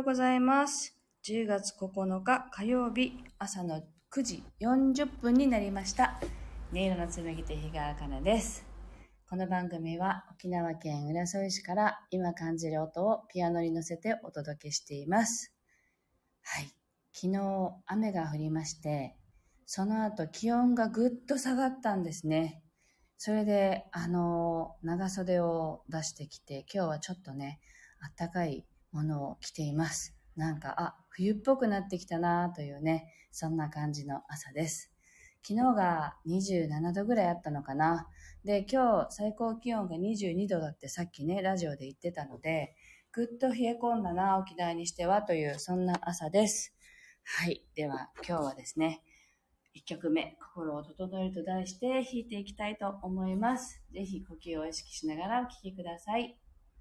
ございます。10月9日火曜日朝の9時40分になりました。音色の紡手日川かなです。この番組は沖縄県浦添市から今感じる音をピアノに乗せてお届けしています。はい。昨日雨が降りまして、その後気温がぐっと下がったんですね。それで長袖を出してきて、今日はちょっとね、あったかいものを着ています。なんか冬っぽくなってきたなというね、そんな感じの朝です。昨日が27度ぐらいあったのかな。で、今日最高気温が22度だってさっきね、ラジオで言ってたので、ぐっと冷え込んだな、沖縄にしてはという、そんな朝です。はい。では、今日はですね、1曲目、心を整えると題して弾いていきたいと思います。ぜひ呼吸を意識しながらお聴きください。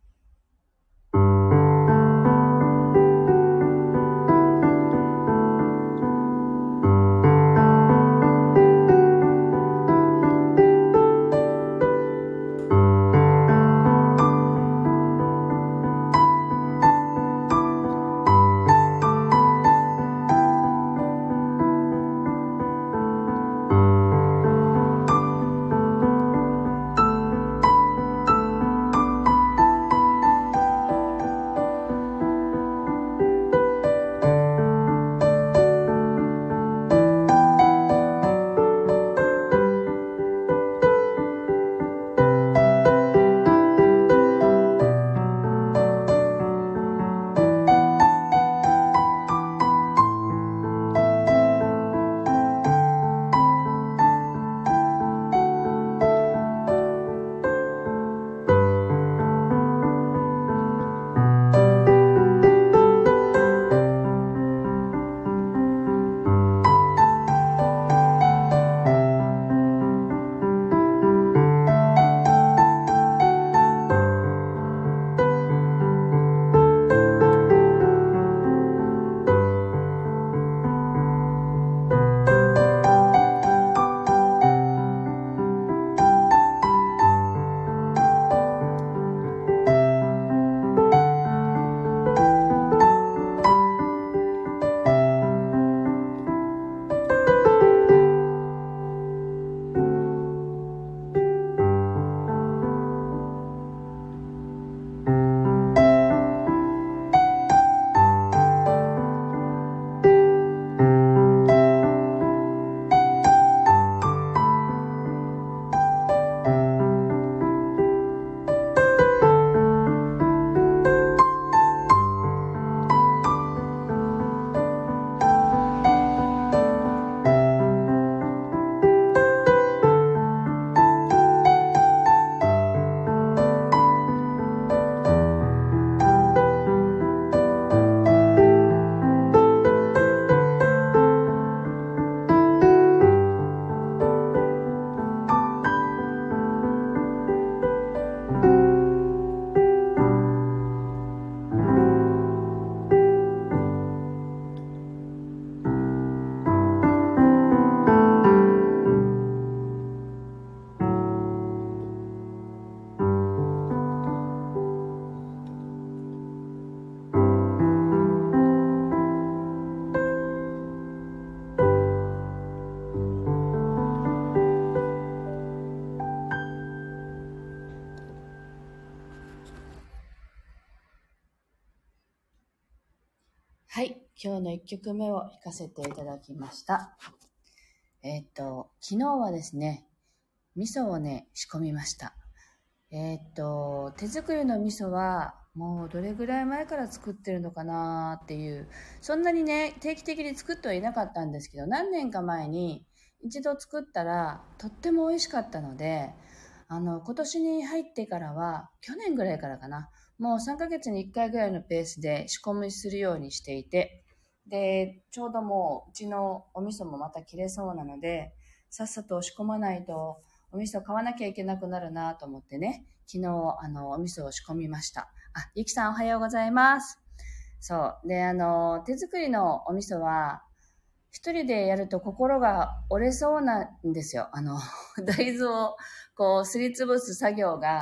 はい。今日の1曲目を弾かせていただきました。昨日はですね、味噌をね、仕込みました。手作りの味噌は、もうどれぐらい前から作ってるのかなっていう、そんなにね、定期的に作ってはいなかったんですけど、何年か前に一度作ったら、とっても美味しかったので、今年に入ってからは、去年ぐらいからかな、もう3ヶ月に1回ぐらいのペースで仕込みするようにしていて、で、ちょうどもう、うちのお味噌もまた切れそうなので、さっさと仕込まないと、お味噌買わなきゃいけなくなるなと思ってね、昨日、お味噌を仕込みました。ゆきさんおはようございます。そう。で、手作りのお味噌は、一人でやると心が折れそうなんですよ。大豆をこうすりつぶす作業が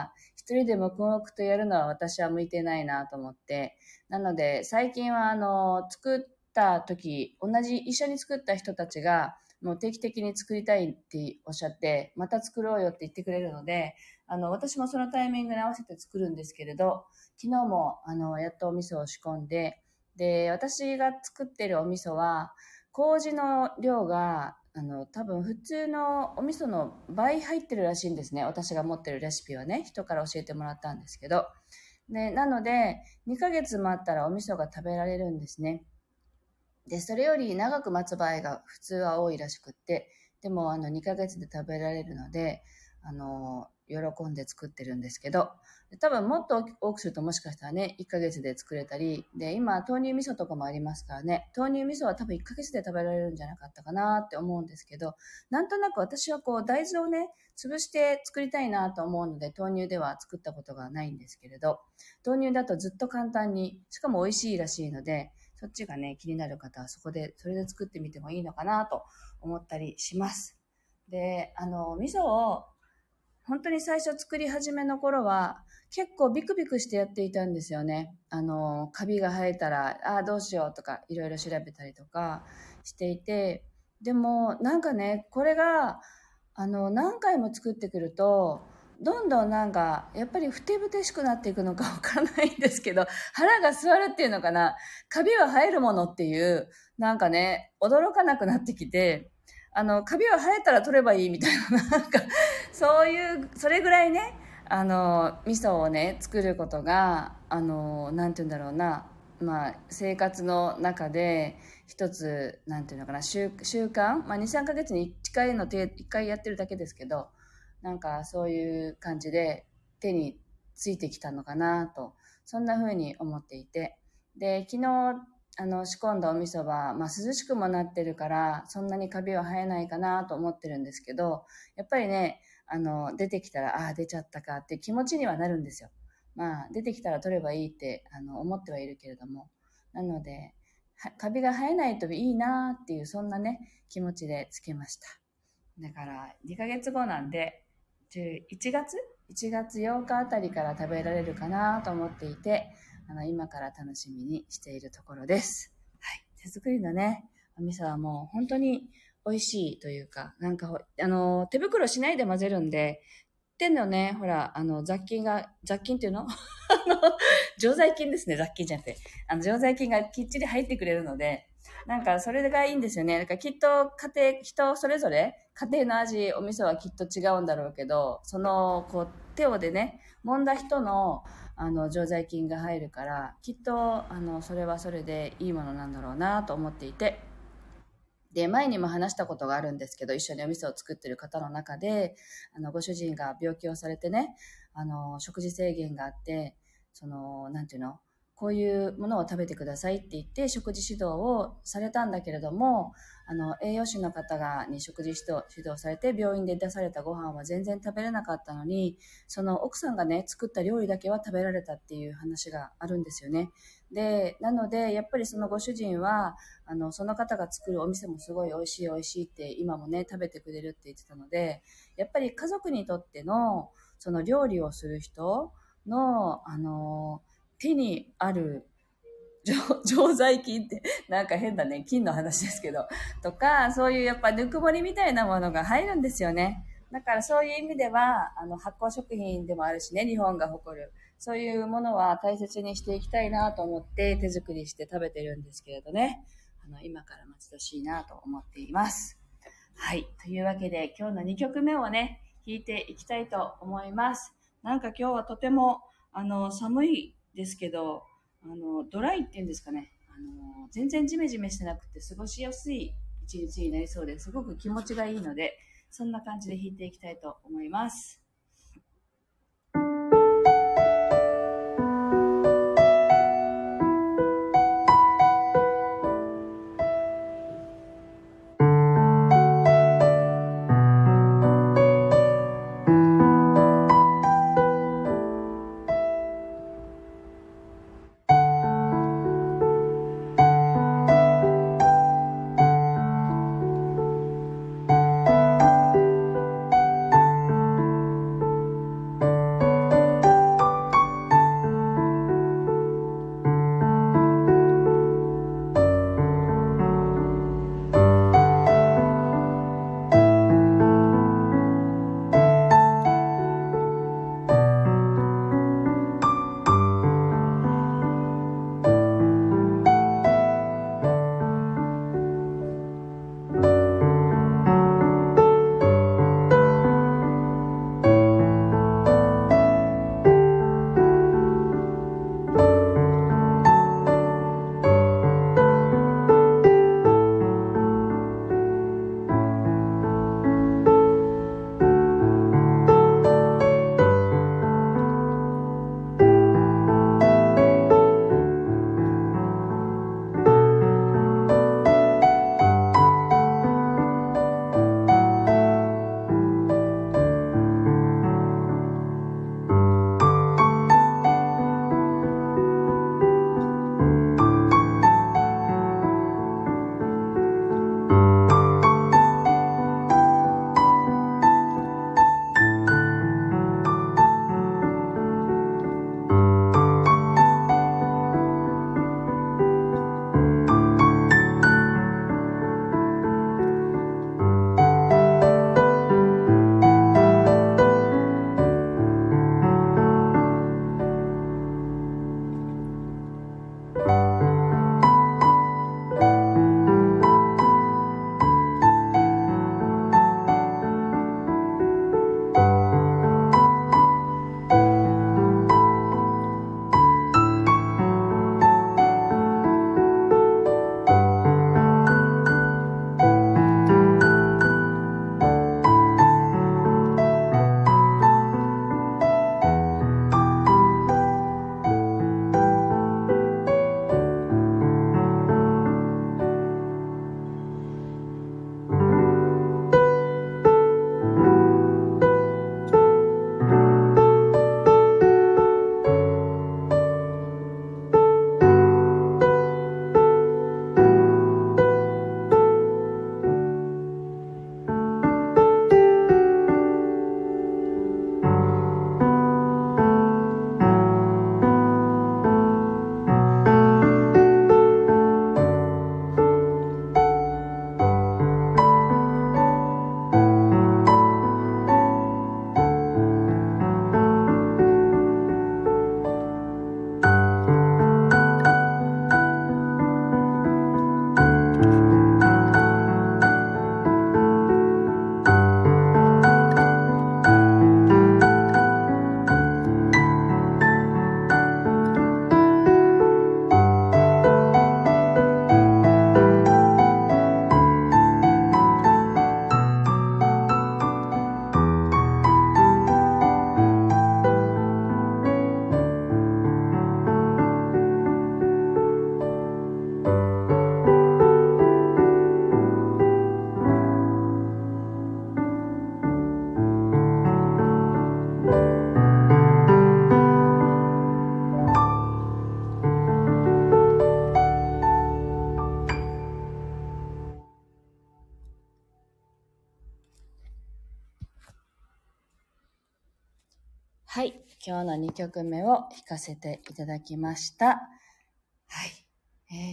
一人で黙々とやるのは私は向いてないなと思って、なので最近は作った時、一緒に作った人たちがもう定期的に作りたいっておっしゃって、また作ろうよって言ってくれるので、私もそのタイミングに合わせて作るんですけれど、昨日もやっとお味噌を仕込んで、で、私が作ってるお味噌は、麹の量が多分普通のお味噌の倍入ってるらしいんですね。私が持ってるレシピはね、人から教えてもらったんですけど。で、なので、2ヶ月待ったらお味噌が食べられるんですね。で、それより長く待つ場合が普通は多いらしくって、でも2ヶ月で食べられるので、喜んで作ってるんですけど、多分もっと多くするともしかしたらね、1ヶ月で作れたり、で、今豆乳味噌とかもありますからね、豆乳味噌は多分1ヶ月で食べられるんじゃなかったかなって思うんですけど、なんとなく私はこう大豆をね、潰して作りたいなと思うので、豆乳では作ったことがないんですけれど、豆乳だとずっと簡単に、しかも美味しいらしいので、そっちがね、気になる方はそれで作ってみてもいいのかなと思ったりします。で、味噌を本当に最初作り始めの頃は結構ビクビクしてやっていたんですよね。カビが生えたら、どうしようとかいろいろ調べたりとかしていて、でもなんかね、これが、何回も作ってくると、どんどんなんか、やっぱりふてぶてしくなっていくのかわからないんですけど、腹が座るっていうのかな、カビは生えるものっていう、なんかね、驚かなくなってきて、カビは生えたら取ればいいみたいな、なんか、それぐらいね、味噌をね、作ることが、なんて言うんだろうな、まあ、生活の中で、一つ、なんていうのかな、習慣、まあ、2、3ヶ月に1回やってるだけですけど、なんかそういう感じで手についてきたのかなと、そんな風に思っていて、で、昨日、仕込んだお味噌は、まあ、涼しくもなってるから、そんなにカビは生えないかなと思ってるんですけど、やっぱりね、出てきたら、出ちゃったかっていう気持ちにはなるんですよ。まあ、出てきたら取ればいいって、思ってはいるけれども。なので、カビが生えないといいなっていう、そんなね、気持ちでつけました。だから、2ヶ月後なんで、1月 ?1 月8日あたりから食べられるかなと思っていて、今から楽しみにしているところです。はい。手作りのね、お味噌はもう本当に美味しいというか、なんか、手袋しないで混ぜるんで、手のね、ほら、雑菌っていうの常在菌ですね、雑菌じゃなくて。常在菌がきっちり入ってくれるので、なんかそれがいいんですよね。だからきっと人それぞれ家庭の味、お味噌はきっと違うんだろうけど、こう、手をでね、揉んだ人の、常在菌が入るから、きっと、それはそれでいいものなんだろうなと思っていて、で、前にも話したことがあるんですけど、一緒にお味噌を作ってる方の中で、ご主人が病気をされてね、食事制限があって、なんていうの、こういうものを食べてくださいって言って食事指導をされたんだけれども、栄養士の方に食事指導されて病院で出されたご飯は全然食べれなかったのに、その奥さんがね、作った料理だけは食べられたっていう話があるんですよね。で、なので、やっぱりそのご主人は、その方が作るお店もすごい美味しい美味しいって今もね、食べてくれるって言ってたので、やっぱり家族にとっての、その料理をする人の、手にある常在菌ってなんか変だね、菌の話ですけど、とか、そういうやっぱぬくもりみたいなものが入るんですよね。だからそういう意味では、発酵食品でもあるしね、日本が誇る。そういうものは大切にしていきたいなと思って手作りして食べてるんですけれどね。今から待ち遠しいなと思っています。はい。というわけで今日の2曲目をね、弾いていきたいと思います。なんか今日はとても、寒いですけど、ドライっていうんですかね。全然ジメジメしてなくて過ごしやすい一日になりそうですごく気持ちがいいので、そんな感じで弾いていきたいと思います。 はい。今日の2曲目を弾かせていただきました。はい。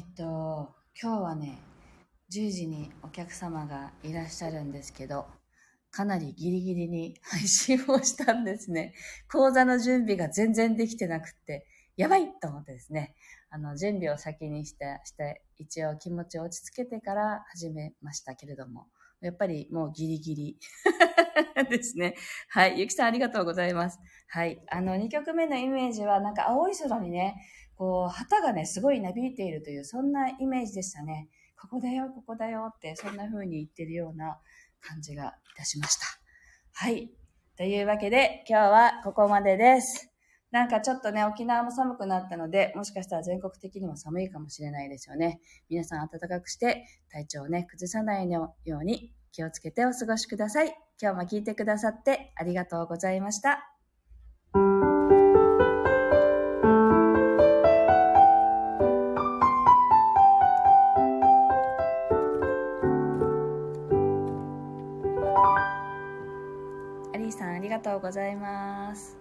今日はね、10時にお客様がいらっしゃるんですけど、かなりギリギリに配信をしたんですね。講座の準備が全然できてなくって、やばいと思ってですね、準備を先にして、一応気持ちを落ち着けてから始めましたけれども、やっぱりもうギリギリですね。はい。ゆきさんありがとうございます。はい。2曲目のイメージは、なんか青い空にね、こう、旗がね、すごいなびいているという、そんなイメージでしたね。ここだよ、ここだよって、そんな風に言ってるような感じがいたしました。はい。というわけで、今日はここまでです。なんかちょっとね、沖縄も寒くなったので、もしかしたら全国的にも寒いかもしれないですよね。皆さん暖かくして、体調をね、崩さないように気をつけてお過ごしください。今日も聞いてくださってありがとうございました。アリーさんありがとうございます。